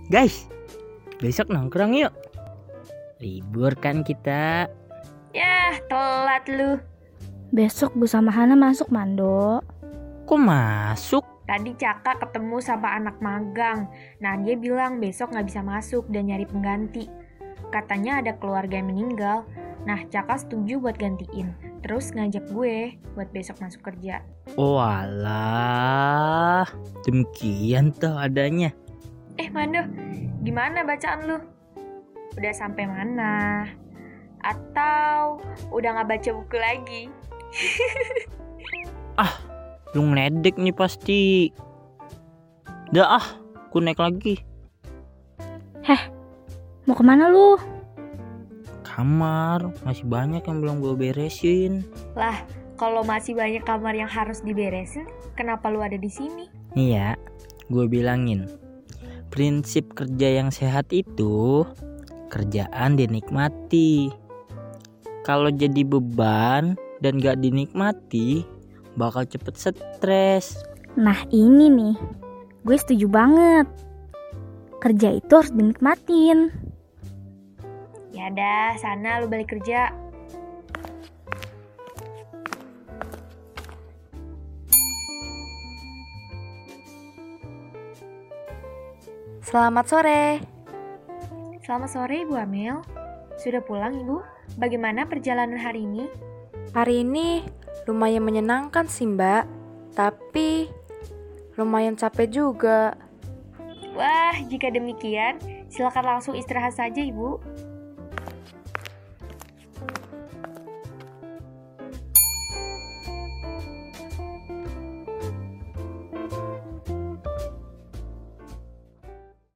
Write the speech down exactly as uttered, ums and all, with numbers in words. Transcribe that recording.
Guys, besok nongkrong yuk. Libur kan kita. Yah, telat lu. Besok gue sama Hana masuk, Mando. Kok masuk? Tadi Caka ketemu sama anak magang. Nah, dia bilang besok gak bisa masuk dan nyari pengganti. Katanya ada keluarga yang meninggal. Nah, Caka setuju buat gantiin. Terus ngajak gue buat besok masuk kerja. Oh alah, demikian tuh adanya. Eh, Mando, gimana bacaan lu? Udah sampai mana? Atau udah gak baca buku lagi? Ah, lu ngeledek nih pasti. Udah ah, aku naik lagi. Heh, mau kemana lu? Kamar, masih banyak yang belum gue beresin. Lah, kalau masih banyak kamar yang harus diberesin, kenapa lu ada di sini? Nih ya, gue bilangin. Prinsip kerja yang sehat itu kerjaan dinikmati. Kalau jadi beban dan gak dinikmati, bakal cepet stres. Nah ini nih, gue setuju banget. Kerja itu harus dinikmatin. Ya dah, sana lu balik kerja. Selamat sore. Selamat sore Ibu Amel. Sudah pulang Ibu? Bagaimana perjalanan hari ini? Hari ini lumayan menyenangkan sih Mbak, tapi lumayan capek juga. Wah, jika demikian, silakan langsung istirahat saja Ibu.